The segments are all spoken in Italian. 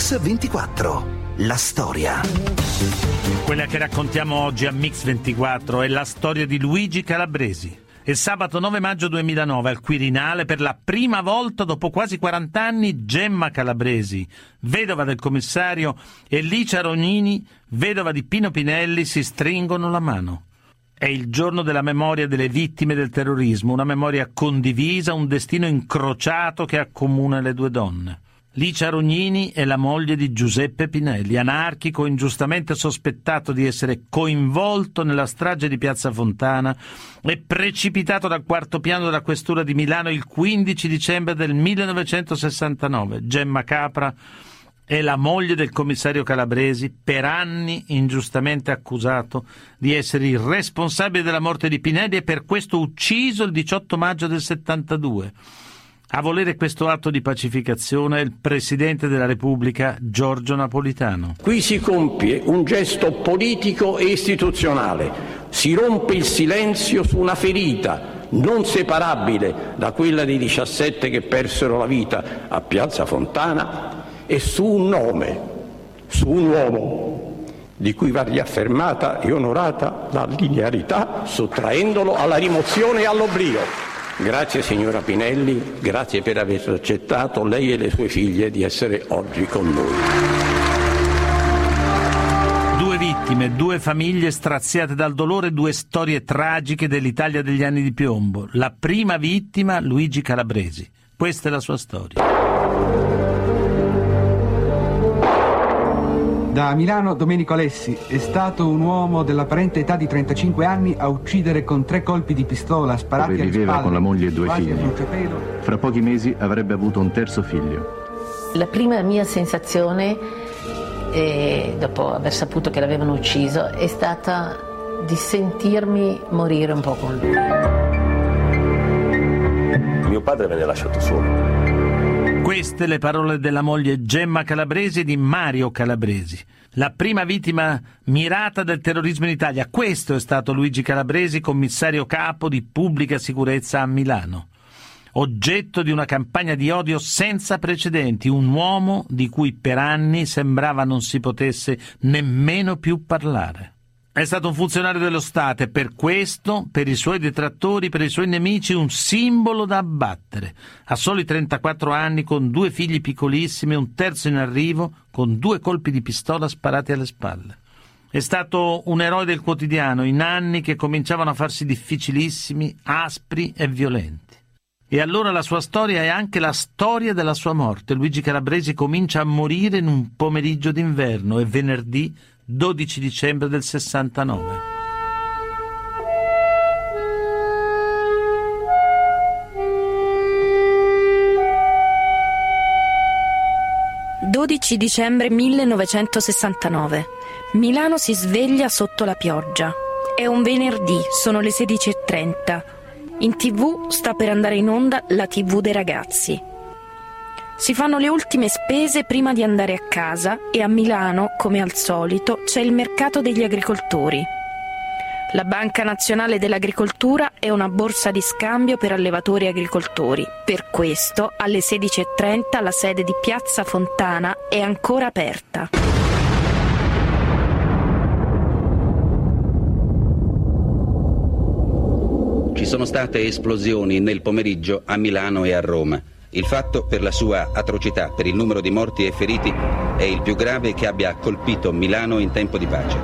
Mix 24. La storia. Quella che raccontiamo oggi a Mix 24 è la storia di Luigi Calabresi. È sabato 9 maggio 2009 al Quirinale, per la prima volta dopo quasi 40 anni, Gemma Calabresi, vedova del commissario, e Licia Rognini, vedova di Pino Pinelli, si stringono la mano. È il giorno della memoria delle vittime del terrorismo, una memoria condivisa, un destino incrociato che accomuna le due donne. Licia Rognini è la moglie di Giuseppe Pinelli, anarchico ingiustamente sospettato di essere coinvolto nella strage di Piazza Fontana e precipitato dal quarto piano della questura di Milano il 15 dicembre del 1969. Gemma Capra è la moglie del commissario Calabresi, per anni ingiustamente accusato di essere il responsabile della morte di Pinelli e per questo ucciso il 18 maggio del 72. A volere questo atto di pacificazione è il Presidente della Repubblica, Giorgio Napolitano. Qui si compie un gesto politico e istituzionale. Si rompe il silenzio su una ferita non separabile da quella dei 17 che persero la vita a Piazza Fontana e su un nome, su un uomo di cui va riaffermata e onorata la linearità, sottraendolo alla rimozione e all'oblio. Grazie signora Pinelli, grazie per aver accettato, lei e le sue figlie, di essere oggi con noi. Due vittime, due famiglie straziate dal dolore, due storie tragiche dell'Italia degli anni di piombo. La prima vittima, Luigi Calabresi. Questa è la sua storia. Da Milano, Domenico Alessi è stato un uomo dell'apparente età di 35 anni a uccidere con 3 colpi di pistola sparati alle spalle. Viveva con la moglie e 2 figli. Fra pochi mesi avrebbe avuto un terzo figlio. La prima mia sensazione, dopo aver saputo che l'avevano ucciso, è stata di sentirmi morire un po' con lui. Mio padre me ne ha lasciato solo. Queste le parole della moglie Gemma Calabresi e di Mario Calabresi, la prima vittima mirata del terrorismo in Italia. Questo è stato Luigi Calabresi, commissario capo di pubblica sicurezza a Milano. Oggetto di una campagna di odio senza precedenti, un uomo di cui per anni sembrava non si potesse nemmeno più parlare. È stato un funzionario dello Stato e per questo, per i suoi detrattori, per i suoi nemici, un simbolo da abbattere. A soli 34 anni, con 2 figli piccolissimi, un terzo in arrivo, con 2 colpi di pistola sparati alle spalle. È stato un eroe del quotidiano in anni che cominciavano a farsi difficilissimi, aspri e violenti. E allora la sua storia è anche la storia della sua morte. Luigi Calabresi comincia a morire in un pomeriggio d'inverno, è venerdì 12 dicembre del 69. «12 dicembre 1969. Milano si sveglia sotto la pioggia. È un venerdì, sono le 16:30. In TV sta per andare in onda la TV dei ragazzi. Si fanno le ultime spese prima di andare a casa e a Milano, come al solito, c'è il mercato degli agricoltori. La Banca Nazionale dell'Agricoltura è una borsa di scambio per allevatori e agricoltori. Per questo, alle 16:30 la sede di Piazza Fontana è ancora aperta. Ci sono state esplosioni nel pomeriggio a Milano e a Roma. Il fatto, per la sua atrocità, per il numero di morti e feriti, è il più grave che abbia colpito Milano in tempo di pace.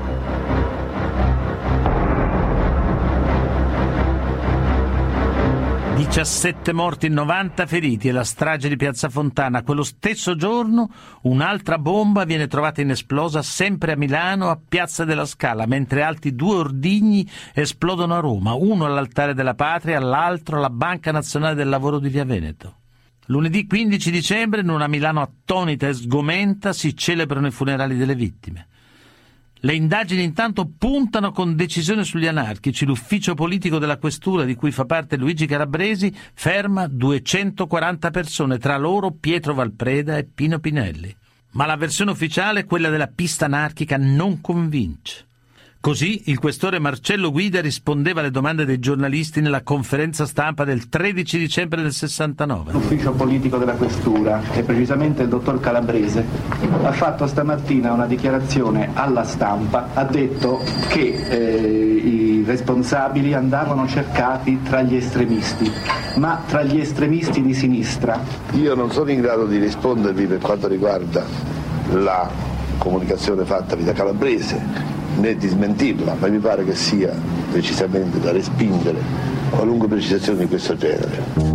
«17 morti e 90 feriti» è la strage di Piazza Fontana. Quello stesso giorno un'altra bomba viene trovata inesplosa sempre a Milano, a Piazza della Scala, mentre altri 2 ordigni esplodono a Roma, uno all'Altare della Patria, l'altro alla Banca Nazionale del Lavoro di Via Veneto. Lunedì 15 dicembre, in una Milano attonita e sgomenta, si celebrano i funerali delle vittime. Le indagini intanto puntano con decisione sugli anarchici. L'ufficio politico della questura, di cui fa parte Luigi Calabresi, ferma 240 persone, tra loro Pietro Valpreda e Pino Pinelli. Ma la versione ufficiale, quella della pista anarchica, non convince. Così il questore Marcello Guida rispondeva alle domande dei giornalisti nella conferenza stampa del 13 dicembre del 69. L'ufficio politico della questura, e precisamente il dottor Calabrese, ha fatto stamattina una dichiarazione alla stampa, ha detto che i responsabili andavano cercati tra gli estremisti, ma tra gli estremisti di sinistra. Io non sono in grado di rispondervi per quanto riguarda la comunicazione fattavi da Calabrese, né di smentirla, ma mi pare che sia decisamente da respingere qualunque precisazione di questo genere.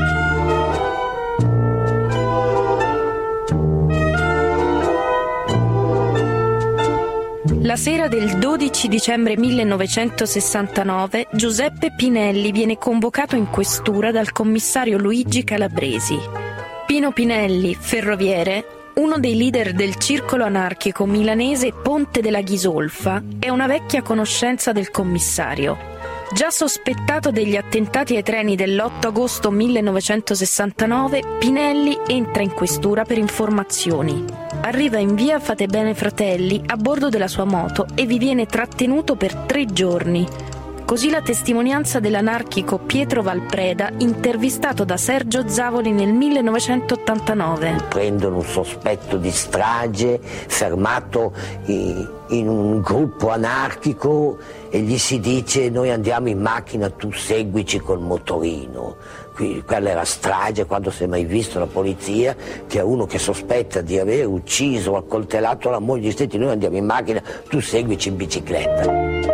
La sera del 12 dicembre 1969 Giuseppe Pinelli viene convocato in questura dal commissario Luigi Calabresi. Pino Pinelli, ferroviere, uno dei leader del circolo anarchico milanese Ponte della Ghisolfa, è una vecchia conoscenza del commissario. Già sospettato degli attentati ai treni dell'8 agosto 1969, Pinelli entra in questura per informazioni. Arriva in via Fatebene Fratelli a bordo della sua moto e vi viene trattenuto per 3 giorni. Così la testimonianza dell'anarchico Pietro Valpreda, intervistato da Sergio Zavoli nel 1989. Prendono un sospetto di strage, fermato in un gruppo anarchico, e gli si dice: noi andiamo in macchina, tu seguici col motorino. Quella era strage, quando si è mai visto la polizia che a uno che sospetta di aver ucciso o accoltellato la moglie, senti, noi andiamo in macchina, tu seguici in bicicletta.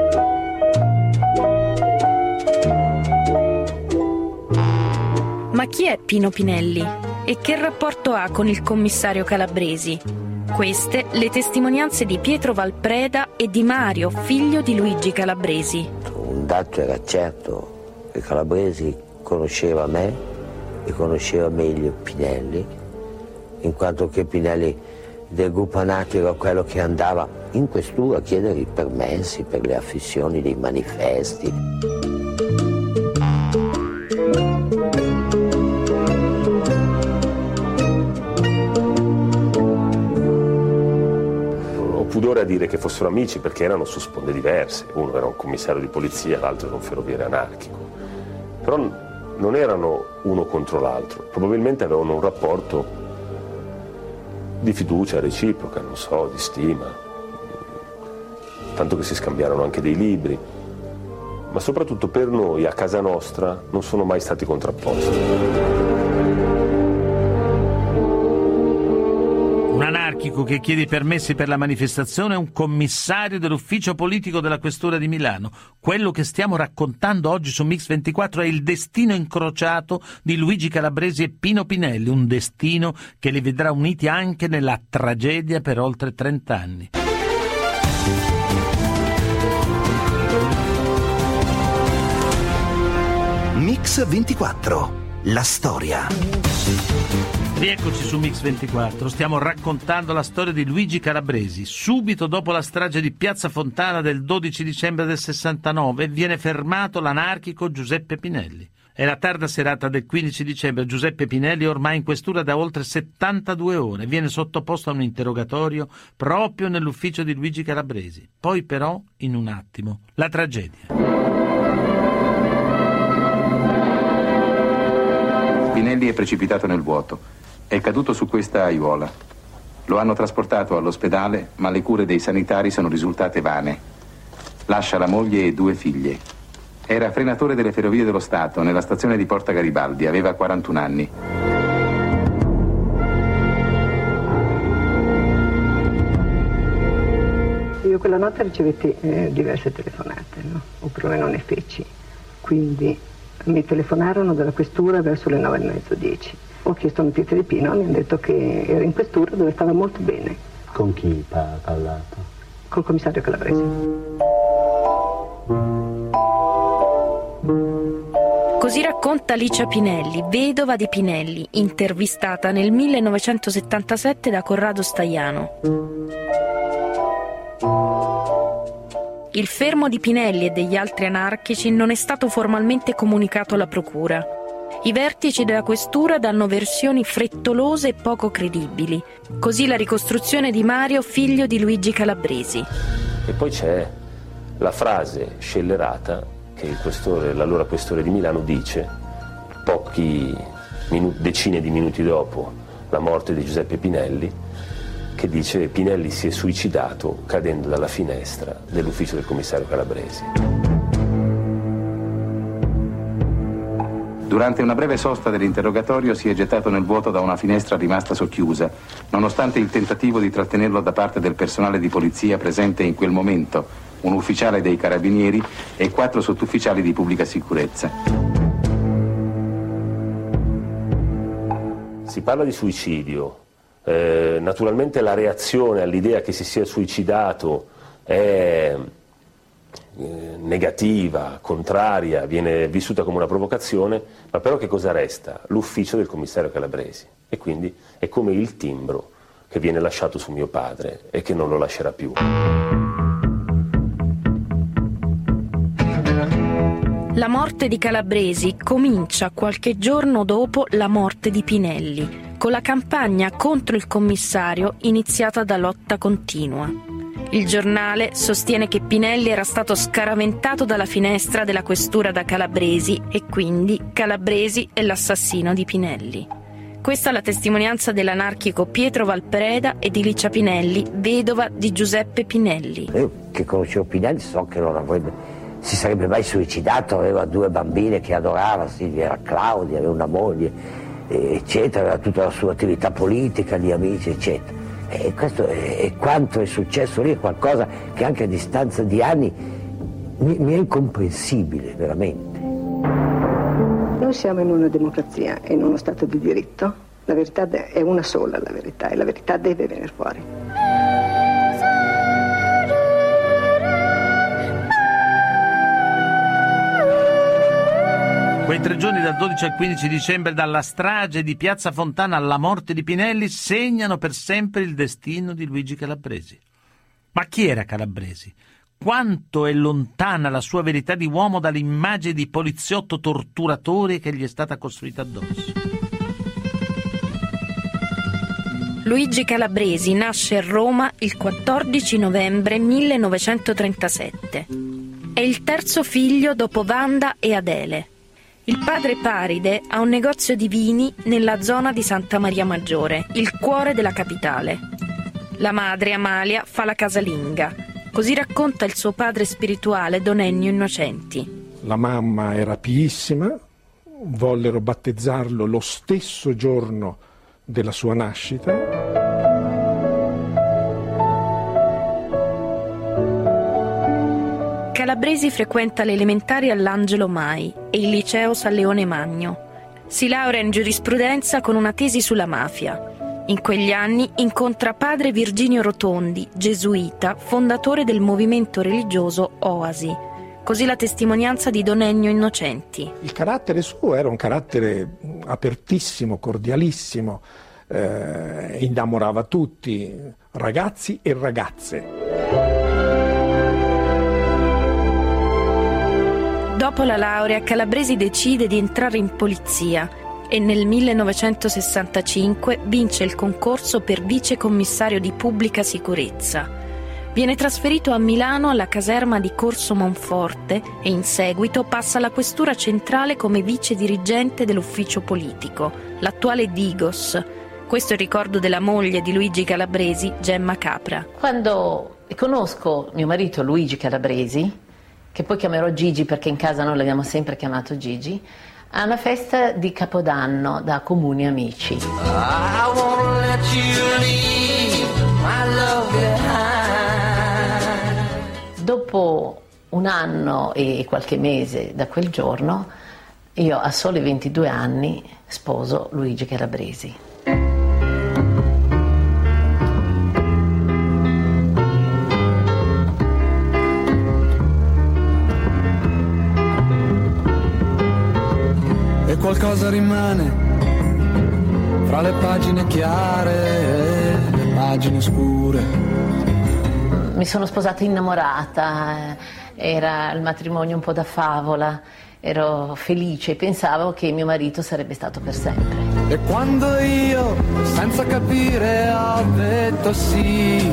Ma chi è Pino Pinelli? E che rapporto ha con il commissario Calabresi? Queste le testimonianze di Pietro Valpreda e di Mario, figlio di Luigi Calabresi. Un dato era certo, che Calabresi conosceva me e conosceva meglio Pinelli, in quanto che Pinelli del gruppo anarchico era quello che andava in questura a chiedere i permessi per le affissioni dei manifesti. Pudore a dire che fossero amici perché erano su sponde diverse. Uno era un commissario di polizia, l'altro era un ferroviere anarchico. Però non erano uno contro l'altro, probabilmente avevano un rapporto di fiducia reciproca, non so, di stima, tanto che si scambiarono anche dei libri. Ma soprattutto per noi, a casa nostra, non sono mai stati contrapposti. Un anarchico che chiede i permessi per la manifestazione è un commissario dell'ufficio politico della questura di Milano. Quello che stiamo raccontando oggi su Mix24 è il destino incrociato di Luigi Calabresi e Pino Pinelli, un destino che li vedrà uniti anche nella tragedia per oltre 30 anni. Mix24, la storia. Rieccoci su Mix24, stiamo raccontando la storia di Luigi Calabresi. Subito dopo la strage di Piazza Fontana del 12 dicembre del 69 viene fermato l'anarchico Giuseppe Pinelli. È la tarda serata del 15 dicembre, Giuseppe Pinelli è ormai in questura da oltre 72 ore, viene sottoposto a un interrogatorio proprio nell'ufficio di Luigi Calabresi. Poi però, in un attimo, la tragedia. Pinelli è precipitato nel vuoto. È caduto su questa aiuola. Lo hanno trasportato all'ospedale, ma le cure dei sanitari sono risultate vane. Lascia la moglie e 2 figlie. Era frenatore delle Ferrovie dello Stato nella stazione di Porta Garibaldi, aveva 41 anni. Io quella notte ricevetti diverse telefonate, no? Oppure non ne feci. Quindi mi telefonarono dalla questura verso le 9:30, 10. Ho chiesto notizie di Pino, mi hanno detto che era in questura dove stava molto bene. Con chi ha parlato? Col commissario Calabresi. Così racconta Alicia Pinelli, vedova di Pinelli, intervistata nel 1977 da Corrado Staiano. Il fermo di Pinelli e degli altri anarchici non è stato formalmente comunicato alla procura. I vertici della questura danno versioni frettolose e poco credibili. Così la ricostruzione di Mario, figlio di Luigi Calabresi. E poi c'è la frase scellerata che l'allora questore di Milano dice decine di minuti dopo la morte di Giuseppe Pinelli, che dice che Pinelli si è suicidato cadendo dalla finestra dell'ufficio del commissario Calabresi. Durante una breve sosta dell'interrogatorio si è gettato nel vuoto da una finestra rimasta socchiusa, nonostante il tentativo di trattenerlo da parte del personale di polizia presente in quel momento, un ufficiale dei carabinieri e 4 sottufficiali di pubblica sicurezza. Si parla di suicidio. Naturalmente la reazione all'idea che si sia suicidato è negativa, contraria, viene vissuta come una provocazione, ma però che cosa resta? L'ufficio del commissario Calabresi, e quindi è come il timbro che viene lasciato su mio padre e che non lo lascerà più. La morte di Calabresi comincia qualche giorno dopo la morte di Pinelli, con la campagna contro il commissario iniziata da Lotta Continua. Il giornale sostiene che Pinelli era stato scaraventato dalla finestra della questura da Calabresi e quindi Calabresi è l'assassino di Pinelli. Questa è la testimonianza dell'anarchico Pietro Valpereda e di Licia Pinelli, vedova di Giuseppe Pinelli. Io che conoscevo Pinelli so che si sarebbe mai suicidato, aveva 2 bambine che adorava, Silvia era Claudia, aveva una moglie, eccetera, aveva tutta la sua attività politica, gli amici, eccetera. E questo è quanto è successo lì, è qualcosa che anche a distanza di anni mi è incomprensibile, veramente. Noi siamo in una democrazia e in uno Stato di diritto. La verità è una sola, la verità, e la verità deve venire fuori. Quei 3 giorni dal 12 al 15 dicembre, dalla strage di Piazza Fontana alla morte di Pinelli, segnano per sempre il destino di Luigi Calabresi. Ma chi era Calabresi? Quanto è lontana la sua verità di uomo dall'immagine di poliziotto torturatore che gli è stata costruita addosso? Luigi Calabresi nasce a Roma il 14 novembre 1937. È il terzo figlio dopo Wanda e Adele. Il padre Paride ha un negozio di vini nella zona di Santa Maria Maggiore, il cuore della capitale. La madre, Amalia, fa la casalinga. Così racconta il suo padre spirituale, Don Ennio Innocenti. La mamma era piissima, vollero battezzarlo lo stesso giorno della sua nascita. Calabresi frequenta le elementari all'Angelo Mai e il liceo San Leone Magno. Si laurea in giurisprudenza con una tesi sulla mafia. In quegli anni incontra padre Virginio Rotondi, gesuita, fondatore del movimento religioso Oasi. Così la testimonianza di Don Ennio Innocenti. Il carattere suo era un carattere apertissimo, cordialissimo, innamorava tutti, ragazzi e ragazze. Dopo la laurea, Calabresi decide di entrare in polizia e nel 1965 vince il concorso per vicecommissario di pubblica sicurezza. Viene trasferito a Milano alla caserma di Corso Monforte e in seguito passa alla questura centrale come vice dirigente dell'ufficio politico, l'attuale Digos. Questo è il ricordo della moglie di Luigi Calabresi, Gemma Capra. Quando conosco mio marito Luigi Calabresi, che poi chiamerò Gigi perché in casa noi l'abbiamo sempre chiamato Gigi, a una festa di Capodanno da comuni amici. Dopo un anno e qualche mese da quel giorno, io a soli 22 anni sposo Luigi Calabresi. Qualcosa rimane fra le pagine chiare e le pagine scure. Mi sono sposata innamorata, era il matrimonio un po' da favola, ero felice e pensavo che mio marito sarebbe stato per sempre. E quando io, senza capire, ho detto sì,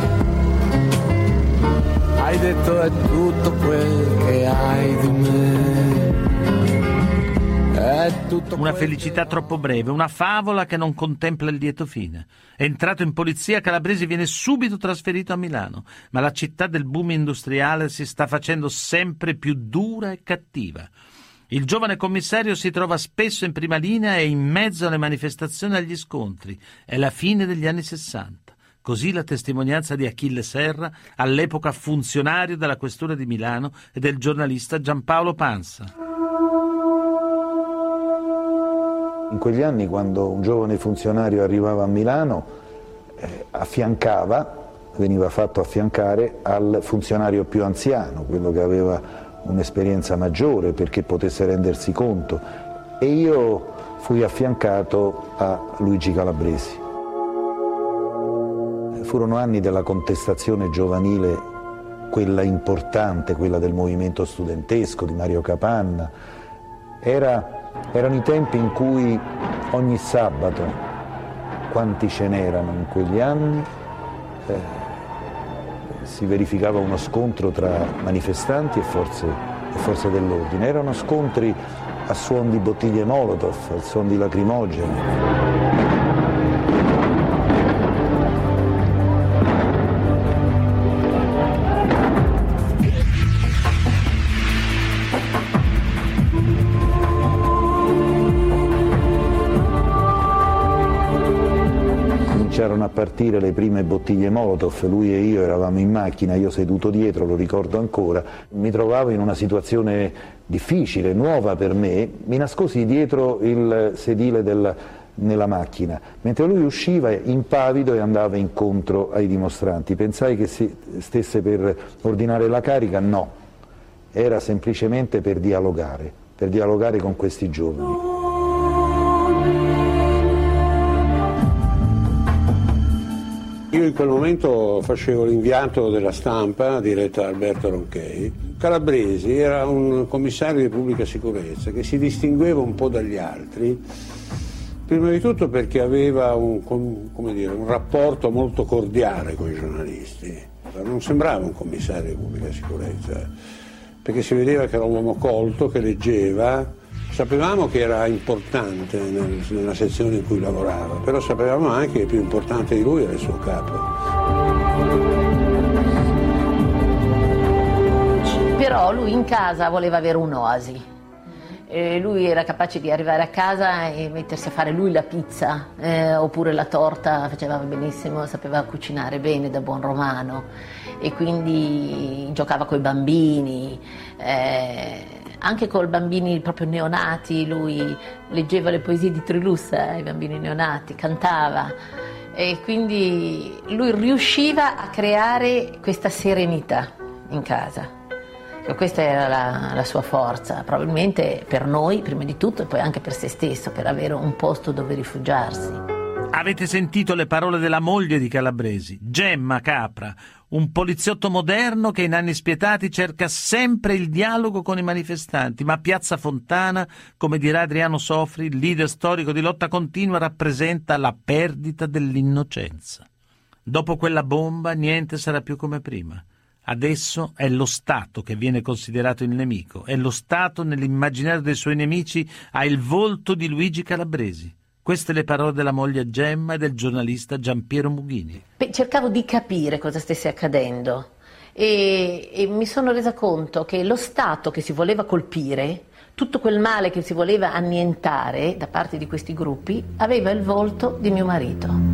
hai detto è tutto quel che hai di me. è tutto una felicità troppo breve, una favola che non contempla il lieto fine. Entrato in polizia, Calabresi viene subito trasferito a Milano, ma la città del boom industriale si sta facendo sempre più dura e cattiva. Il giovane commissario si trova spesso in prima linea e in mezzo alle manifestazioni e agli scontri. È la fine degli anni 60. Così la testimonianza di Achille Serra, all'epoca funzionario della Questura di Milano, e del giornalista Giampaolo Pansa. In quegli anni, quando un giovane funzionario arrivava a Milano, veniva fatto affiancare al funzionario più anziano, quello che aveva un'esperienza maggiore perché potesse rendersi conto, e io fui affiancato a Luigi Calabresi. Furono anni della contestazione giovanile, quella importante, quella del movimento studentesco, di Mario Capanna. Erano i tempi in cui ogni sabato, quanti ce n'erano in quegli anni, si verificava uno scontro tra manifestanti e forze dell'ordine. Erano scontri a suon di bottiglie Molotov, a suon di lacrimogeni. Cominciarono a partire le prime bottiglie Molotov, lui e io eravamo in macchina, io seduto dietro, lo ricordo ancora, mi trovavo in una situazione difficile, nuova per me, mi nascosi dietro il sedile nella macchina, mentre lui usciva impavido e andava incontro ai dimostranti. Pensai che stesse per ordinare la carica, no, era semplicemente per dialogare con questi giovani. Io in quel momento facevo l'inviato della Stampa diretta da Alberto Ronchey. Calabresi era un commissario di pubblica sicurezza che si distingueva un po' dagli altri, prima di tutto perché aveva un rapporto molto cordiale con i giornalisti. Non sembrava un commissario di pubblica sicurezza, perché si vedeva che era un uomo colto, che leggeva. Sapevamo che era importante nella sezione in cui lavorava, però sapevamo anche che più importante di lui era il suo capo. Però lui in casa voleva avere un'oasi. Lui era capace di arrivare a casa e mettersi a fare lui la pizza oppure la torta, faceva benissimo, sapeva cucinare bene da buon romano, e quindi giocava coi bambini. Anche con i bambini proprio neonati, lui leggeva le poesie di Trilussa ai bambini neonati, cantava, e quindi lui riusciva a creare questa serenità in casa. E questa era la sua forza, probabilmente per noi prima di tutto e poi anche per se stesso, per avere un posto dove rifugiarsi. Avete sentito le parole della moglie di Calabresi, Gemma Capra, un poliziotto moderno che in anni spietati cerca sempre il dialogo con i manifestanti, ma Piazza Fontana, come dirà Adriano Sofri, il leader storico di Lotta Continua, rappresenta la perdita dell'innocenza. Dopo quella bomba niente sarà più come prima. Adesso è lo Stato che viene considerato il nemico, e lo Stato nell'immaginario dei suoi nemici ha il volto di Luigi Calabresi. Queste le parole della moglie Gemma e del giornalista Giampiero Mughini. Cercavo di capire cosa stesse accadendo e mi sono resa conto che lo Stato che si voleva colpire, tutto quel male che si voleva annientare da parte di questi gruppi, aveva il volto di mio marito.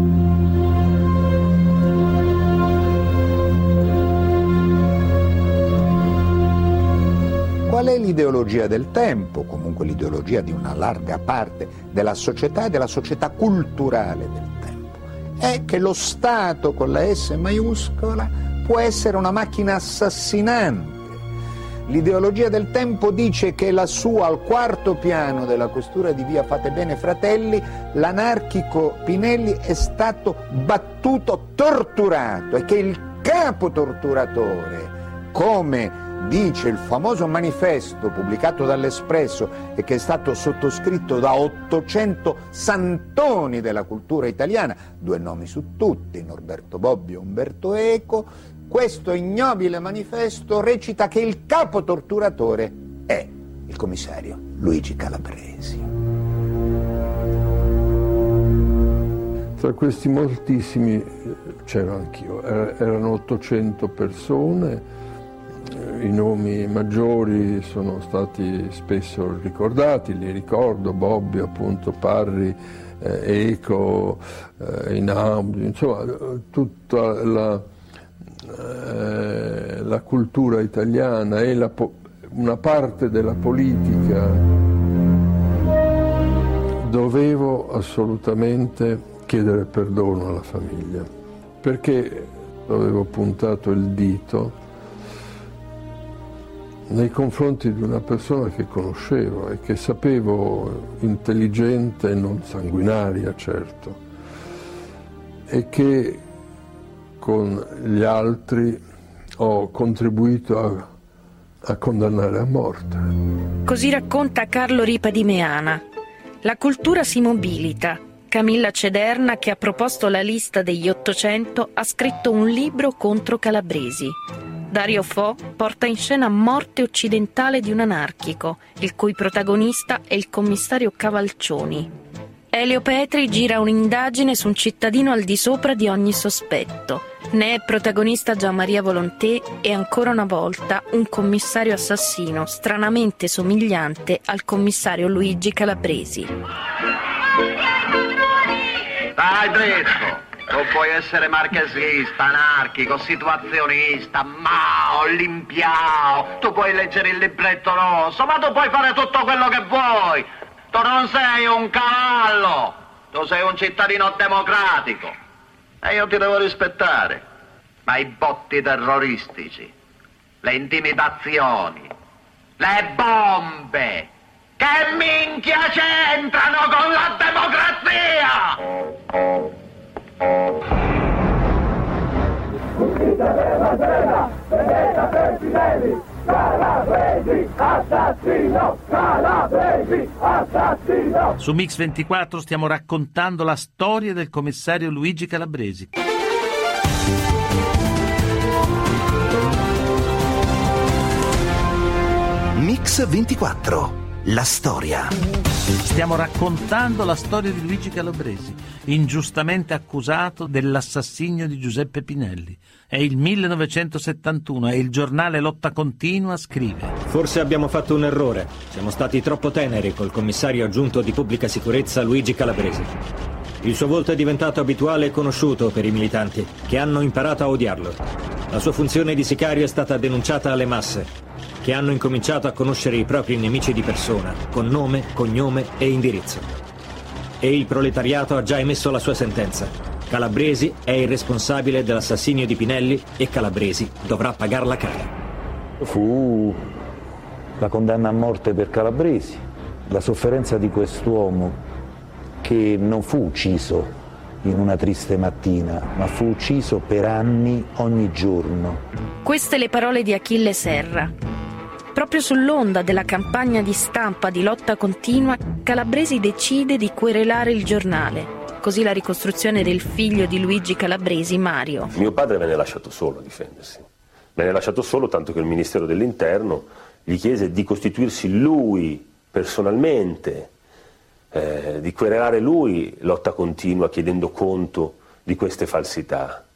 Qual è l'ideologia del tempo, comunque l'ideologia di una larga parte della società e della società culturale del tempo? È che lo Stato con la S maiuscola può essere una macchina assassinante. L'ideologia del tempo dice che lassù al quarto piano della questura di via Fate Bene Fratelli l'anarchico Pinelli è stato battuto, torturato, e che il capo torturatore, come dice il famoso manifesto pubblicato dall'Espresso e che è stato sottoscritto da 800 santoni della cultura italiana, due nomi su tutti, Norberto Bobbio e Umberto Eco, questo ignobile manifesto recita che il capo torturatore è il commissario Luigi Calabresi. Tra questi moltissimi c'ero anch'io, erano 800 persone, i nomi maggiori sono stati spesso ricordati, li ricordo: Bobbio, appunto, Parri, Eco, Einaudi, insomma tutta la cultura italiana e una parte della politica. Dovevo assolutamente chiedere perdono alla famiglia, perché avevo puntato il dito nei confronti di una persona che conoscevo e che sapevo intelligente e non sanguinaria, certo, e che con gli altri ho contribuito a condannare a morte. Così racconta Carlo Ripa di Meana. La cultura si mobilita. Camilla Cederna, che ha proposto la lista degli 800, ha scritto un libro contro Calabresi. Dario Fo porta in scena Morte occidentale di un anarchico, il cui protagonista è il commissario Cavalcioni. Elio Petri gira un'indagine su un cittadino al di sopra di ogni sospetto. Ne è protagonista Gianmaria Volonté e ancora una volta un commissario assassino stranamente somigliante al commissario Luigi Calabresi. Dai dritto! Tu puoi essere marchesista, anarchico, situazionista, olimpiao, tu puoi leggere il libretto rosso, ma tu puoi fare tutto quello che vuoi. Tu non sei un cavallo, tu sei un cittadino democratico e io ti devo rispettare. Ma i botti terroristici, le intimidazioni, le bombe, che minchia c'entrano con la democrazia? Su Mix 24 stiamo raccontando la storia del commissario Luigi Calabresi. Mix 24, la storia. Stiamo raccontando la storia di Luigi Calabresi, ingiustamente accusato dell'assassinio di Giuseppe Pinelli. È il 1971 e il giornale Lotta Continua scrive: Forse abbiamo fatto un errore. Siamo stati troppo teneri col commissario aggiunto di pubblica sicurezza Luigi Calabresi. Il suo volto è diventato abituale e conosciuto per i militanti, che hanno imparato a odiarlo. La sua funzione di sicario è stata denunciata alle masse, che hanno incominciato a conoscere i propri nemici di persona, con nome, cognome e indirizzo. E il proletariato ha già emesso la sua sentenza. Calabresi è il responsabile dell'assassinio di Pinelli e Calabresi dovrà pagarla cara. Fu la condanna a morte per Calabresi, la sofferenza di quest'uomo che non fu ucciso in una triste mattina, ma fu ucciso per anni, ogni giorno. Queste le parole di Achille Serra. Proprio sull'onda della campagna di stampa di Lotta Continua, Calabresi decide di querelare il giornale. Così la ricostruzione del figlio di Luigi Calabresi, Mario. Mio padre venne lasciato solo a difendersi. Venne lasciato solo tanto che il Ministero dell'Interno gli chiese di costituirsi lui personalmente, di querelare lui Lotta Continua chiedendo conto di queste falsità.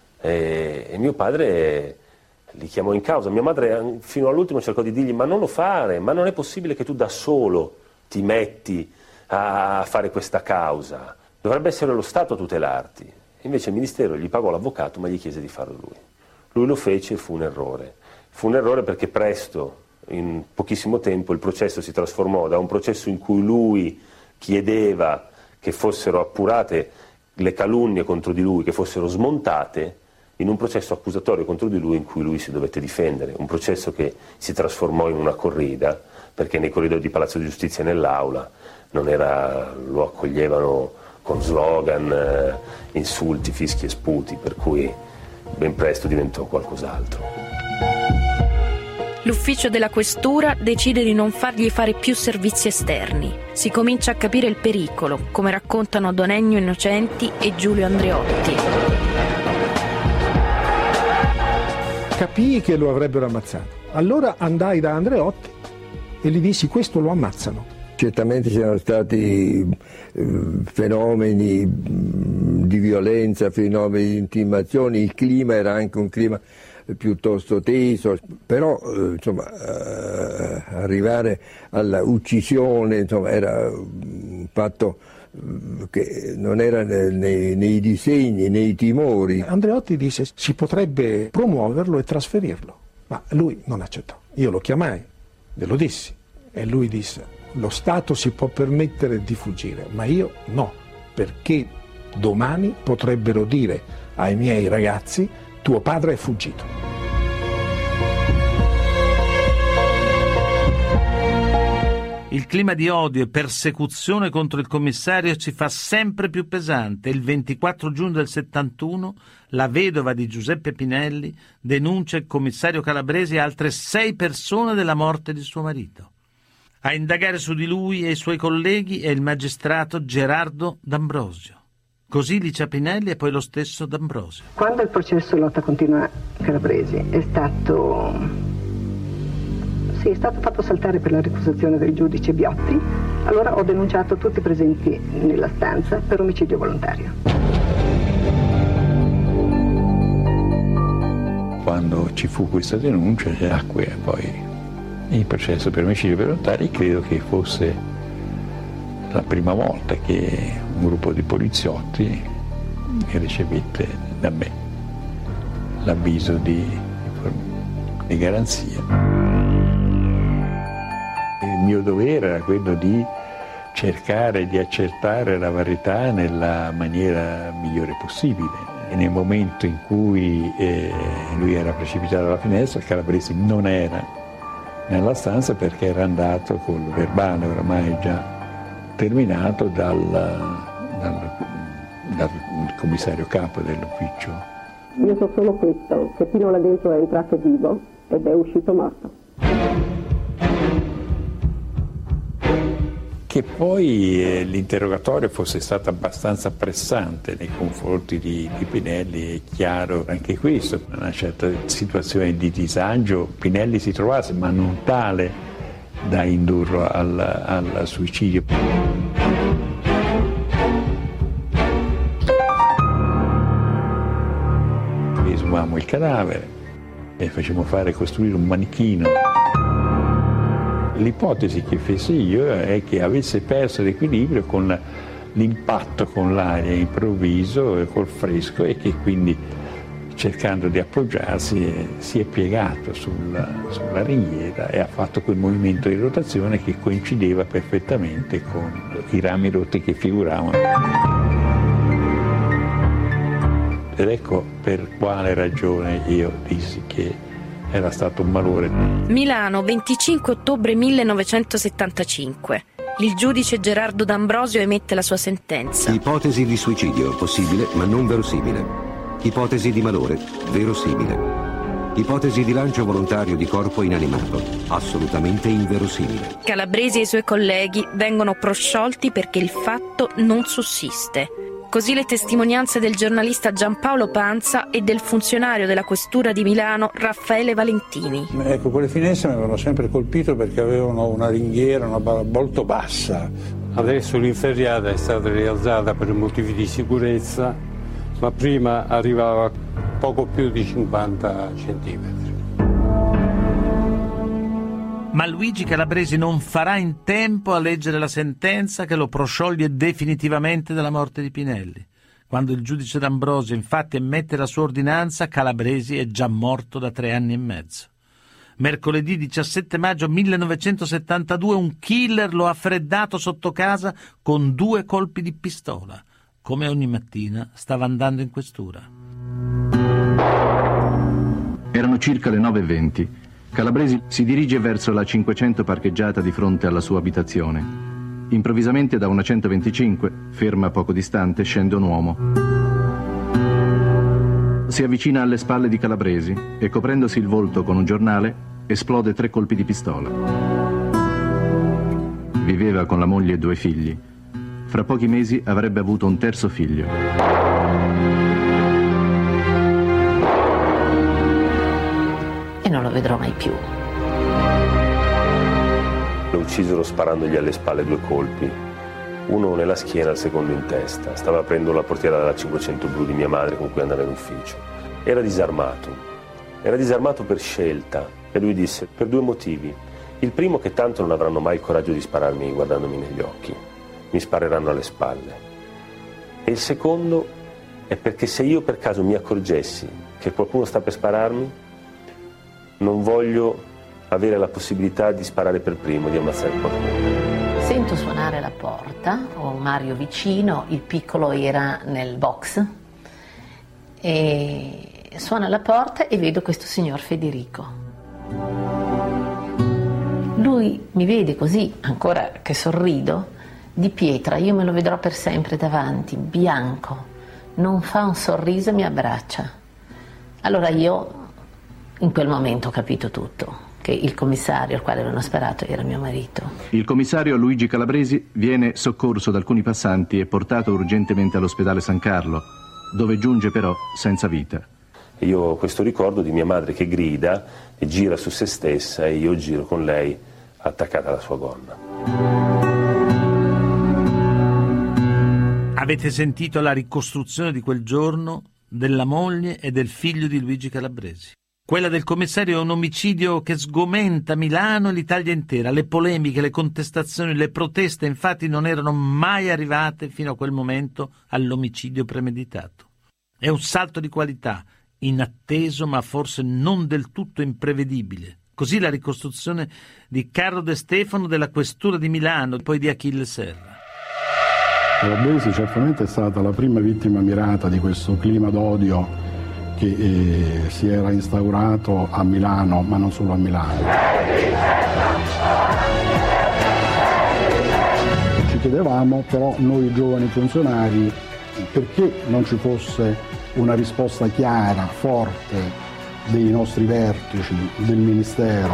E mio padre li chiamò in causa. Mia madre fino all'ultimo cercò di dirgli: ma non lo fare, ma non è possibile che tu da solo ti metti a fare questa causa, dovrebbe essere lo Stato a tutelarti. Invece il Ministero gli pagò l'avvocato, ma gli chiese di farlo lui. Lui lo fece e fu un errore. Fu un errore perché presto, in pochissimo tempo, il processo si trasformò da un processo in cui lui chiedeva che fossero appurate le calunnie contro di lui, che fossero smontate, in un processo accusatorio contro di lui in cui lui si dovette difendere, un processo che si trasformò in una corrida, perché nei corridoi di Palazzo di Giustizia e nell'aula lo accoglievano con slogan, insulti, fischi e sputi, per cui ben presto diventò qualcos'altro. L'ufficio della questura decide di non fargli fare più servizi esterni. Si comincia a capire il pericolo, come raccontano Don Ennio Innocenti e Giulio Andreotti. Capii che lo avrebbero ammazzato. Allora andai da Andreotti e gli dissi: questo lo ammazzano. Certamente c'erano stati fenomeni di violenza, fenomeni di intimazioni, il clima era anche un clima piuttosto teso, però arrivare alla uccisione era un fatto che non era nei disegni, nei timori. Andreotti disse: si potrebbe promuoverlo e trasferirlo, ma lui non accettò. Io lo chiamai, glielo dissi e lui disse: lo Stato si può permettere di fuggire, ma io no, perché domani potrebbero dire ai miei ragazzi: tuo padre è fuggito. Il clima di odio e persecuzione contro il commissario si fa sempre più pesante. Il 24 giugno del 71 la vedova di Giuseppe Pinelli denuncia il commissario Calabresi e altre 6 persone della morte di suo marito. A indagare su di lui e i suoi colleghi è il magistrato Gerardo D'Ambrosio. Così Licia Pinelli e poi lo stesso D'Ambrosio. Quando il processo lotta continua Calabresi è stato fatto saltare per la ricusazione del giudice Biotti, allora ho denunciato tutti i presenti nella stanza per omicidio volontario. Quando ci fu questa denuncia nacque poi il processo per omicidio volontario, e credo che fosse la prima volta che un gruppo di poliziotti ricevette da me l'avviso di garanzia. Il mio dovere era quello di cercare di accertare la verità nella maniera migliore possibile. E nel momento in cui lui era precipitato dalla finestra, Calabresi non era nella stanza perché era andato col verbale oramai già terminato dal commissario capo dell'ufficio. Io so solo questo, che Pino là dentro è entrato vivo ed è uscito morto. Che poi l'interrogatorio fosse stato abbastanza pressante nei confronti di Pinelli è chiaro anche questo. In una certa situazione di disagio Pinelli si trovasse, ma non tale da indurlo al suicidio. Esumammo il cadavere e facemmo costruire un manichino. L'ipotesi che feci io è che avesse perso l'equilibrio con l'impatto con l'aria improvviso e col fresco, e che quindi, cercando di appoggiarsi, si è piegato sulla ringhiera e ha fatto quel movimento di rotazione che coincideva perfettamente con i rami rotti che figuravano. Ed ecco per quale ragione io dissi che era stato un malore. Milano, 25 ottobre 1975. Il giudice Gerardo D'Ambrosio emette la sua sentenza. Ipotesi di suicidio possibile ma non verosimile. Ipotesi di malore verosimile. Ipotesi di lancio volontario di corpo inanimato assolutamente inverosimile. Calabresi e i suoi colleghi vengono prosciolti perché il fatto non sussiste. Così le testimonianze del giornalista Giampaolo Panza e del funzionario della questura di Milano Raffaele Valentini. Ecco, quelle finestre mi avevano sempre colpito perché avevano una ringhiera, molto bassa. Adesso l'inferriata è stata rialzata per motivi di sicurezza, ma prima arrivava poco più di 50 centimetri. Ma Luigi Calabresi non farà in tempo a leggere la sentenza che lo proscioglie definitivamente dalla morte di Pinelli. Quando il giudice D'Ambrosio infatti emette la sua ordinanza, Calabresi è già morto da 3 anni e mezzo. Mercoledì 17 maggio 1972 un killer lo ha freddato sotto casa con 2 colpi di pistola. Come ogni mattina stava andando in questura. Erano circa le 9:20. Calabresi si dirige verso la 500 parcheggiata di fronte alla sua abitazione. Improvvisamente da una 125, ferma poco distante, scende un uomo. Si avvicina alle spalle di Calabresi e, coprendosi il volto con un giornale, esplode 3 colpi di pistola. Viveva con la moglie e 2 figli. Fra pochi mesi avrebbe avuto un terzo figlio. E non lo vedrò mai più. lo uccisero sparandogli alle spalle 2 colpi, uno nella schiena e il secondo in testa. Stava aprendo la portiera della 500 blu di mia madre con cui andava in ufficio. Era disarmato per scelta, e lui disse: per 2 motivi. Il primo, che tanto non avranno mai il coraggio di spararmi guardandomi negli occhi, mi spareranno alle spalle. E il secondo è perché se io per caso mi accorgessi che qualcuno sta per spararmi, non voglio avere la possibilità di sparare per primo, di ammazzare qualcuno. Sento suonare la porta, ho Mario vicino, il piccolo era nel box, e suona la porta e vedo questo signor Federico. Lui mi vede così, ancora che sorrido, di pietra, io me lo vedrò per sempre davanti, bianco, non fa un sorriso e mi abbraccia. Allora io in quel momento ho capito tutto, che il commissario al quale avevano sparato era mio marito. Il commissario Luigi Calabresi viene soccorso da alcuni passanti e portato urgentemente all'ospedale San Carlo, dove giunge però senza vita. Io ho questo ricordo di mia madre che grida e gira su se stessa, e io giro con lei attaccata alla sua gonna. Avete sentito la ricostruzione di quel giorno della moglie e del figlio di Luigi Calabresi. Quella del commissario è un omicidio che sgomenta Milano e l'Italia intera. Le polemiche, le contestazioni, le proteste infatti non erano mai arrivate fino a quel momento all'omicidio premeditato. È un salto di qualità, inatteso ma forse non del tutto imprevedibile. Così la ricostruzione di Carlo De Stefano della questura di Milano e poi di Achille Serra. Calabresi certamente è stata la prima vittima mirata di questo clima d'odio che si era instaurato a Milano, ma non solo a Milano. Ci chiedevamo però noi giovani funzionari perché non ci fosse una risposta chiara, forte dei nostri vertici, del Ministero.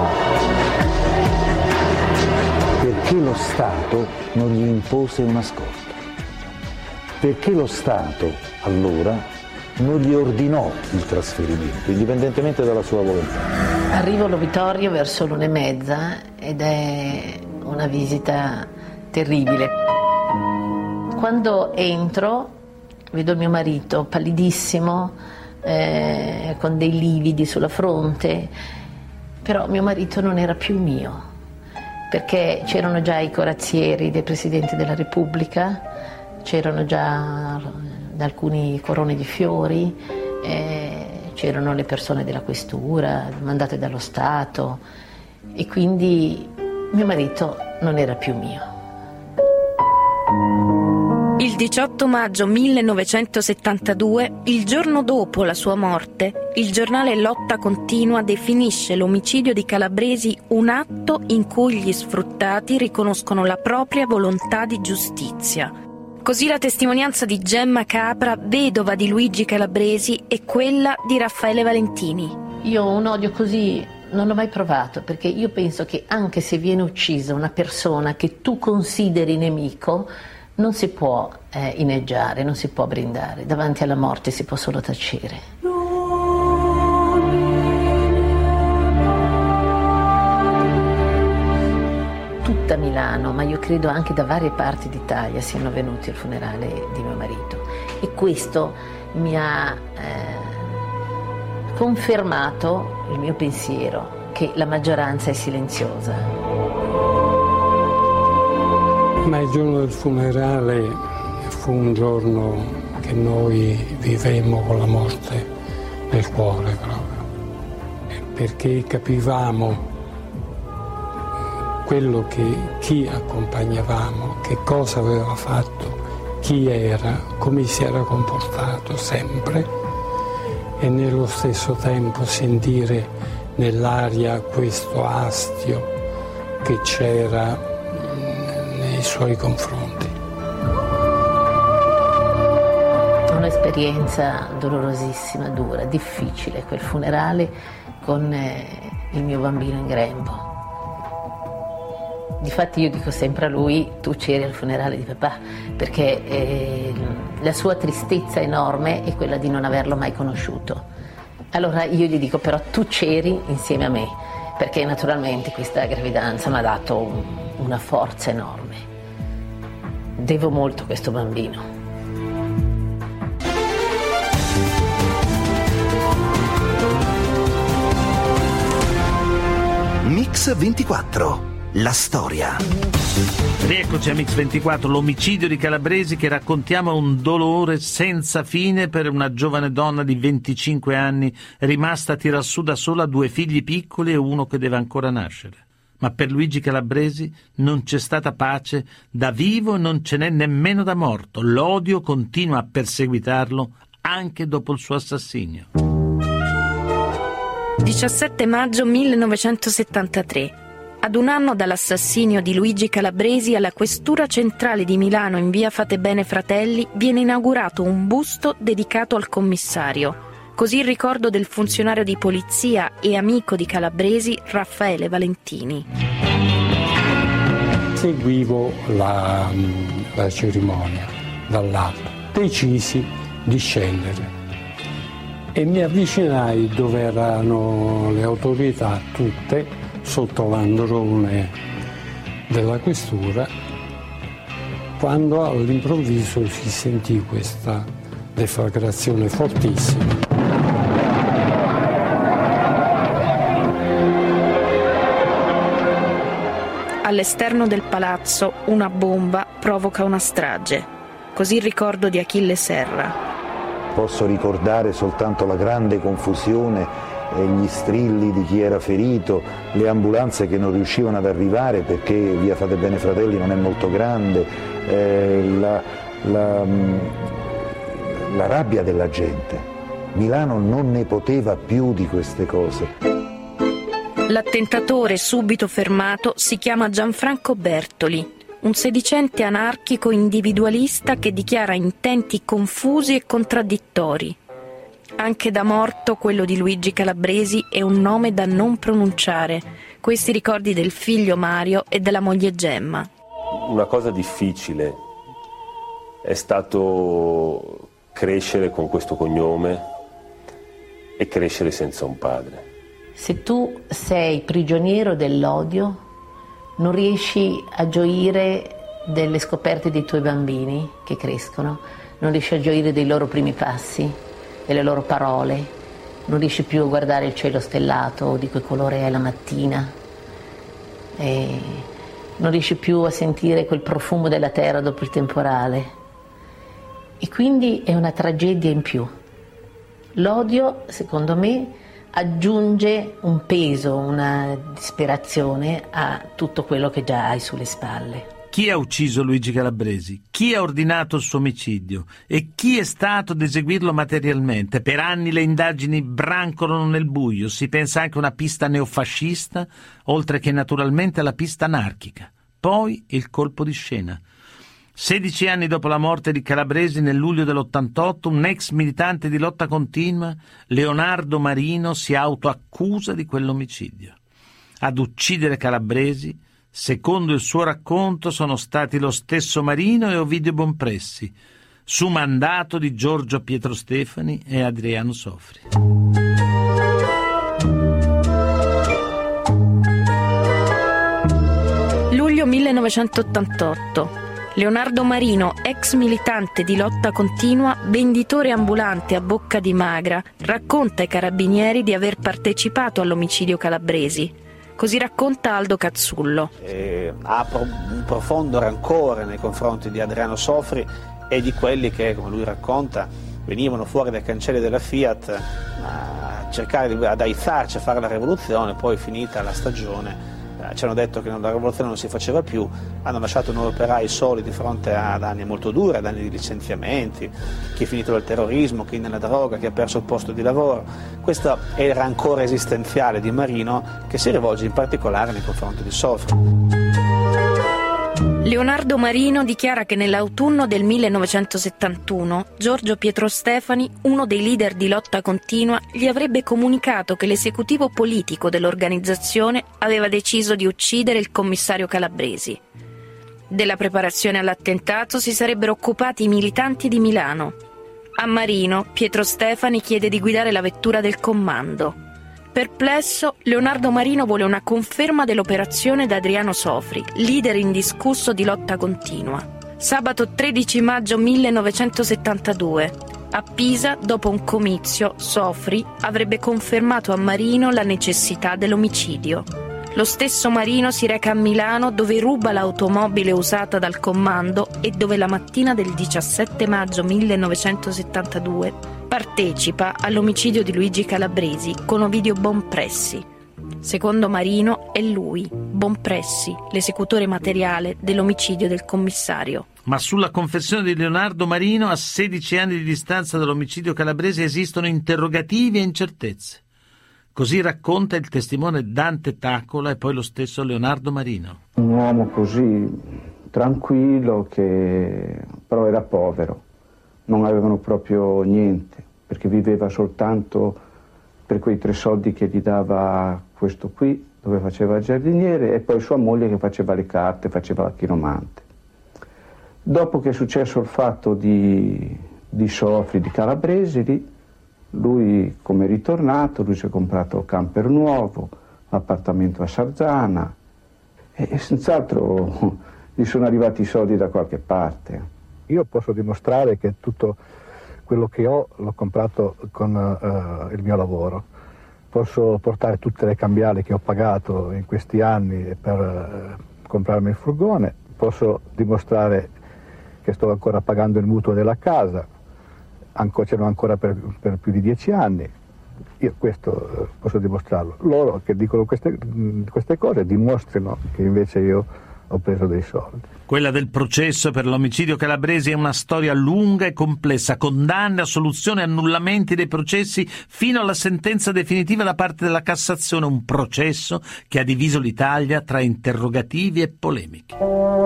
Perché lo Stato non gli impose una scorta? Perché lo Stato allora non gli ordinò il trasferimento, indipendentemente dalla sua volontà? Arrivo all'Ovitorio verso l'1:30 ed è una visita terribile. Quando entro vedo mio marito pallidissimo, con dei lividi sulla fronte, però mio marito non era più mio, perché c'erano già i corazzieri dei Presidenti della Repubblica, c'erano già alcuni corone di fiori, c'erano le persone della questura, mandate dallo Stato, e quindi mio marito non era più mio. Il 18 maggio 1972, il giorno dopo la sua morte, il giornale Lotta Continua definisce l'omicidio di Calabresi un atto in cui gli sfruttati riconoscono la propria volontà di giustizia. Così la testimonianza di Gemma Capra, vedova di Luigi Calabresi, e quella di Raffaele Valentini. Io un odio così non l'ho mai provato, perché io penso che anche se viene uccisa una persona che tu consideri nemico, non si può inneggiare, non si può brindare. Davanti alla morte si può solo tacere. Tutta Milano, ma io credo anche da varie parti d'Italia, siano venuti al funerale di mio marito. E questo mi ha confermato il mio pensiero, che la maggioranza è silenziosa. Ma il giorno del funerale fu un giorno che noi vivemmo con la morte nel cuore proprio, perché capivamo quello che chi accompagnavamo, che cosa aveva fatto, chi era, come si era comportato sempre, e nello stesso tempo sentire nell'aria questo astio che c'era nei suoi confronti. Un'esperienza dolorosissima, dura, difficile, quel funerale con il mio bambino in grembo. Difatti io dico sempre a lui: tu c'eri al funerale di papà, perché la sua tristezza enorme è quella di non averlo mai conosciuto. Allora io gli dico: però tu c'eri insieme a me, perché naturalmente questa gravidanza mi ha dato una forza enorme. Devo molto a questo bambino. Mix 24, la storia. Rieccoci a Mix 24, l'omicidio di Calabresi che raccontiamo è un dolore senza fine per una giovane donna di 25 anni rimasta a tirar su da sola 2 figli piccoli e uno che deve ancora nascere. Ma per Luigi Calabresi non c'è stata pace da vivo e non ce n'è nemmeno da morto. L'odio continua a perseguitarlo anche dopo il suo assassinio. 17 maggio 1973. Ad un anno dall'assassinio di Luigi Calabresi, alla Questura Centrale di Milano in via Fatebene Fratelli viene inaugurato un busto dedicato al commissario. Così il ricordo del funzionario di polizia e amico di Calabresi, Raffaele Valentini. Seguivo la cerimonia dall'alto, decisi di scendere e mi avvicinai dove erano le autorità tutte sotto l'androne della questura, quando all'improvviso si sentì questa deflagrazione fortissima. All'esterno del palazzo una bomba provoca una strage. Così il ricordo di Achille Serra. Posso ricordare soltanto la grande confusione e gli strilli di chi era ferito, le ambulanze che non riuscivano ad arrivare perché via Fatebene Fratelli non è molto grande, la rabbia della gente. Milano non ne poteva più di queste cose. L'attentatore subito fermato si chiama Gianfranco Bertoli, un sedicente anarchico individualista che dichiara intenti confusi e contraddittori. Anche da morto quello di Luigi Calabresi è un nome da non pronunciare. Questi ricordi del figlio Mario e della moglie Gemma. Una cosa difficile è stato crescere con questo cognome e crescere senza un padre. Se tu sei prigioniero dell'odio, non riesci a gioire delle scoperte dei tuoi bambini che crescono, non riesci a gioire dei loro primi passi, delle loro parole, non riesci più a guardare il cielo stellato o di che colore è la mattina, e non riesci più a sentire quel profumo della terra dopo il temporale, e quindi è una tragedia in più. L'odio, secondo me, aggiunge un peso, una disperazione a tutto quello che già hai sulle spalle. Chi ha ucciso Luigi Calabresi? Chi ha ordinato il suo omicidio? E chi è stato ad eseguirlo materialmente? Per anni le indagini brancolano nel buio, si pensa anche a una pista neofascista, oltre che naturalmente alla pista anarchica. Poi il colpo di scena. 16 anni dopo la morte di Calabresi, nel luglio dell'88, un ex militante di Lotta Continua, Leonardo Marino, si autoaccusa di quell'omicidio. Ad uccidere Calabresi, secondo il suo racconto, sono stati lo stesso Marino e Ovidio Bonpressi, su mandato di Giorgio Pietro Stefani e Adriano Sofri. Luglio 1988. Leonardo Marino, ex militante di Lotta Continua, venditore ambulante a Bocca di Magra, racconta ai carabinieri di aver partecipato all'omicidio Calabresi. Così racconta Aldo Cazzullo. Ha un profondo rancore nei confronti di Adriano Sofri e di quelli che, come lui racconta, venivano fuori dai cancelli della Fiat a cercare ad aizzarci a fare la rivoluzione. Poi, finita la stagione, ci hanno detto che la rivoluzione non si faceva più, hanno lasciato noi operai soli di fronte ad anni molto duri, ad anni di licenziamenti, chi è finito nel terrorismo, chi nella droga, chi ha perso il posto di lavoro. Questo è il rancore esistenziale di Marino, che si rivolge in particolare nei confronti di Sofri. Leonardo Marino dichiara che nell'autunno del 1971 Giorgio Pietro Stefani, uno dei leader di Lotta Continua, gli avrebbe comunicato che l'esecutivo politico dell'organizzazione aveva deciso di uccidere il commissario Calabresi. Della preparazione all'attentato si sarebbero occupati i militanti di Milano. A Marino, Pietro Stefani chiede di guidare la vettura del comando. Perplesso, Leonardo Marino vuole una conferma dell'operazione da Adriano Sofri, leader indiscusso di Lotta Continua. Sabato 13 maggio 1972. A Pisa, dopo un comizio, Sofri avrebbe confermato a Marino la necessità dell'omicidio. Lo stesso Marino si reca a Milano, dove ruba l'automobile usata dal comando e dove la mattina del 17 maggio 1972 partecipa all'omicidio di Luigi Calabresi con Ovidio Bonpressi. Secondo Marino è lui, Bonpressi, l'esecutore materiale dell'omicidio del commissario. Ma sulla confessione di Leonardo Marino, a 16 anni di distanza dall'omicidio Calabresi, esistono interrogativi e incertezze. Così racconta il testimone Dante Taccola e poi lo stesso Leonardo Marino. Un uomo così tranquillo che però era povero, non avevano proprio niente, perché viveva soltanto per quei 3 soldi che gli dava questo qui, dove faceva il giardiniere, e poi sua moglie che faceva le carte, faceva la chiromante. Dopo che è successo il fatto di Sofri, di Calabresi, lì, lui come è ritornato, lui si è comprato il camper nuovo, l'appartamento a Sarzana e senz'altro gli sono arrivati i soldi da qualche parte. Io posso dimostrare che tutto quello che ho l'ho comprato con il mio lavoro. Posso portare tutte le cambiali che ho pagato in questi anni per comprarmi il furgone, posso dimostrare che sto ancora pagando il mutuo della casa, ce l'ho ancora per più di 10 anni. Io questo posso dimostrarlo. Loro che dicono queste cose dimostrano che invece io ho preso dei soldi. Quella del processo per l'omicidio Calabresi è una storia lunga e complessa, condanne, assoluzioni, annullamenti dei processi fino alla sentenza definitiva da parte della Cassazione, un processo che ha diviso l'Italia tra interrogativi e polemiche.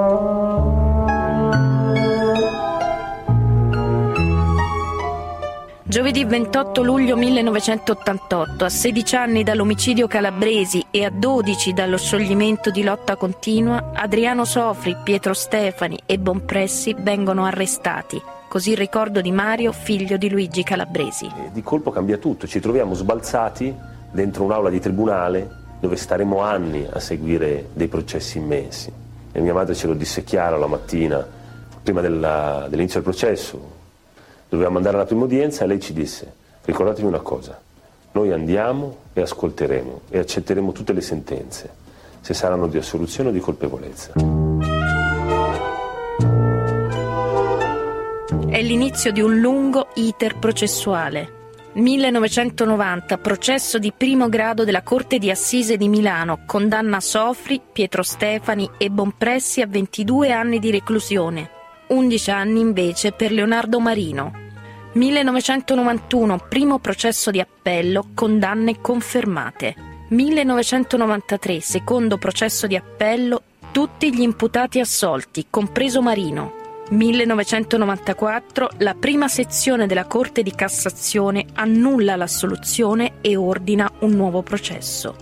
Giovedì 28 luglio 1988, a 16 anni dall'omicidio Calabresi e a 12 dallo scioglimento di Lotta Continua, Adriano Sofri, Pietro Stefani e Bonpressi vengono arrestati. Così il ricordo di Mario, figlio di Luigi Calabresi. Di colpo cambia tutto, ci troviamo sbalzati dentro un'aula di tribunale dove staremo anni a seguire dei processi immensi. E mia madre ce lo disse chiaro la mattina, prima dell'inizio del processo. Dovevamo andare alla prima udienza e lei ci disse: ricordatevi una cosa, noi andiamo e ascolteremo e accetteremo tutte le sentenze, se saranno di assoluzione o di colpevolezza. È l'inizio di un lungo iter processuale. 1990, processo di primo grado della Corte di Assise di Milano, condanna Sofri, Pietro Stefani e Bonpressi a 22 anni di reclusione. 11 anni invece per Leonardo Marino. 1991, primo processo di appello, condanne confermate. 1993, secondo processo di appello, tutti gli imputati assolti, compreso Marino. 1994, la prima sezione della Corte di Cassazione annulla l'assoluzione e ordina un nuovo processo.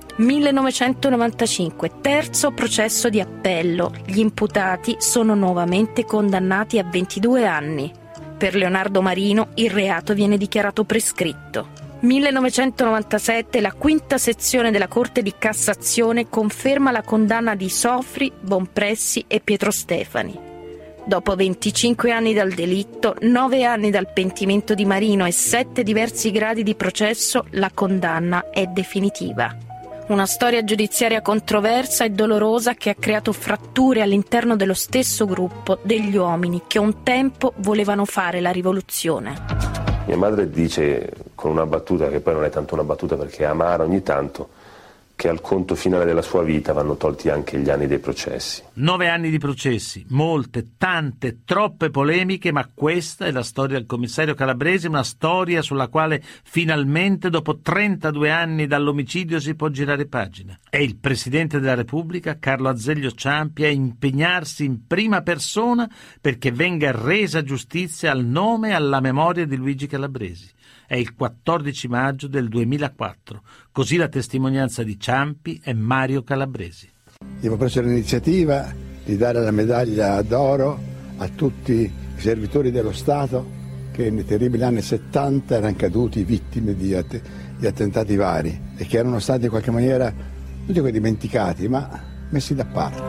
1995, terzo processo di appello. Gli imputati sono nuovamente condannati a 22 anni. Per Leonardo Marino il reato viene dichiarato prescritto. 1997, la quinta sezione della Corte di Cassazione conferma la condanna di Sofri, Bonpressi e Pietro Stefani. Dopo 25 anni dal delitto, 9 anni dal pentimento di Marino e 7 diversi gradi di processo, la condanna è definitiva. Una storia giudiziaria controversa e dolorosa che ha creato fratture all'interno dello stesso gruppo degli uomini che un tempo volevano fare la rivoluzione. Mia madre dice con una battuta, che poi non è tanto una battuta perché è amara ogni tanto, che al conto finale della sua vita vanno tolti anche gli anni dei processi. 9 anni di processi, molte, tante, troppe polemiche, ma questa è la storia del commissario Calabresi, una storia sulla quale finalmente dopo 32 anni dall'omicidio si può girare pagina. È il Presidente della Repubblica, Carlo Azeglio Ciampi, a impegnarsi in prima persona perché venga resa giustizia al nome e alla memoria di Luigi Calabresi. È il 14 maggio del 2004, così la testimonianza di Ciampi e Mario Calabresi. Abbiamo preso l'iniziativa di dare la medaglia d'oro a tutti i servitori dello Stato che nei terribili anni 70 erano caduti vittime di di attentati vari e che erano stati in qualche maniera, non dico dimenticati, ma messi da parte.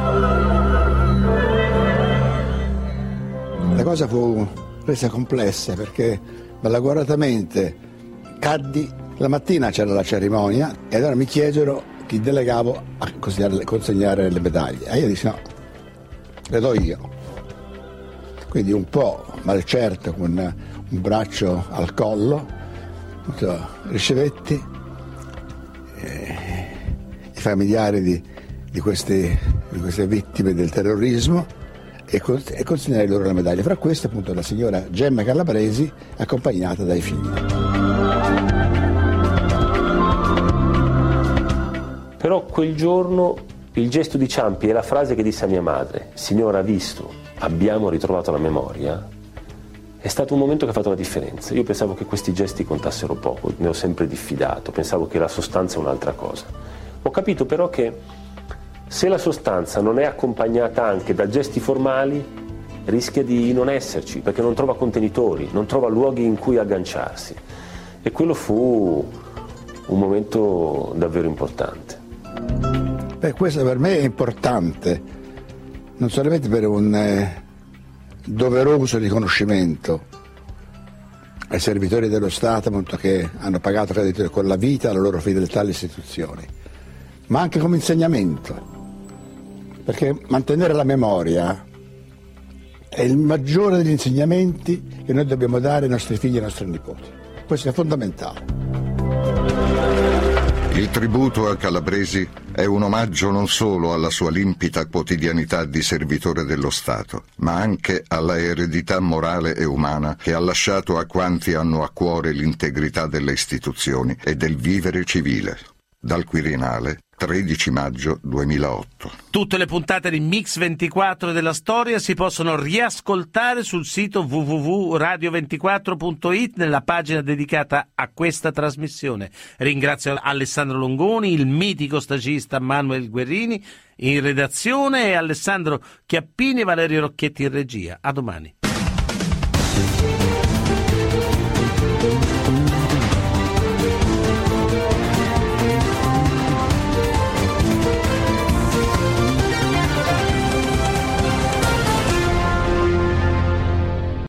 La cosa fu resa complessa perché malaguratamente caddi, la mattina c'era la cerimonia e allora mi chiesero chi delegavo a consegnare le medaglie e io dissi no, le do io. Quindi un po' malcerto con un braccio al collo ricevetti i familiari di queste vittime del terrorismo e consegnare loro la medaglia. Fra queste appunto la signora Gemma Calabresi accompagnata dai figli. Però quel giorno il gesto di Ciampi e la frase che disse a mia madre, signora, visto, abbiamo ritrovato la memoria, è stato un momento che ha fatto la differenza. Io pensavo che questi gesti contassero poco, ne ho sempre diffidato, pensavo che la sostanza è un'altra cosa. Ho capito però che se la sostanza non è accompagnata anche da gesti formali, rischia di non esserci, perché non trova contenitori, non trova luoghi in cui agganciarsi. E quello fu un momento davvero importante. Beh, questo per me è importante, non solamente per un doveroso riconoscimento ai servitori dello Stato appunto, che hanno pagato con la vita la loro fedeltà alle istituzioni, ma anche come insegnamento, perché mantenere la memoria è il maggiore degli insegnamenti che noi dobbiamo dare ai nostri figli e ai nostri nipoti. Questo è fondamentale. Il tributo a Calabresi è un omaggio non solo alla sua limpida quotidianità di servitore dello Stato, ma anche alla eredità morale e umana che ha lasciato a quanti hanno a cuore l'integrità delle istituzioni e del vivere civile. Dal Quirinale, 13 maggio 2008. Tutte le puntate di Mix24 della storia si possono riascoltare sul sito www.radio24.it nella pagina dedicata a questa trasmissione. Ringrazio Alessandro Longoni, il mitico stagista Manuel Guerrini in redazione e Alessandro Chiappini e Valerio Rocchetti in regia. A domani.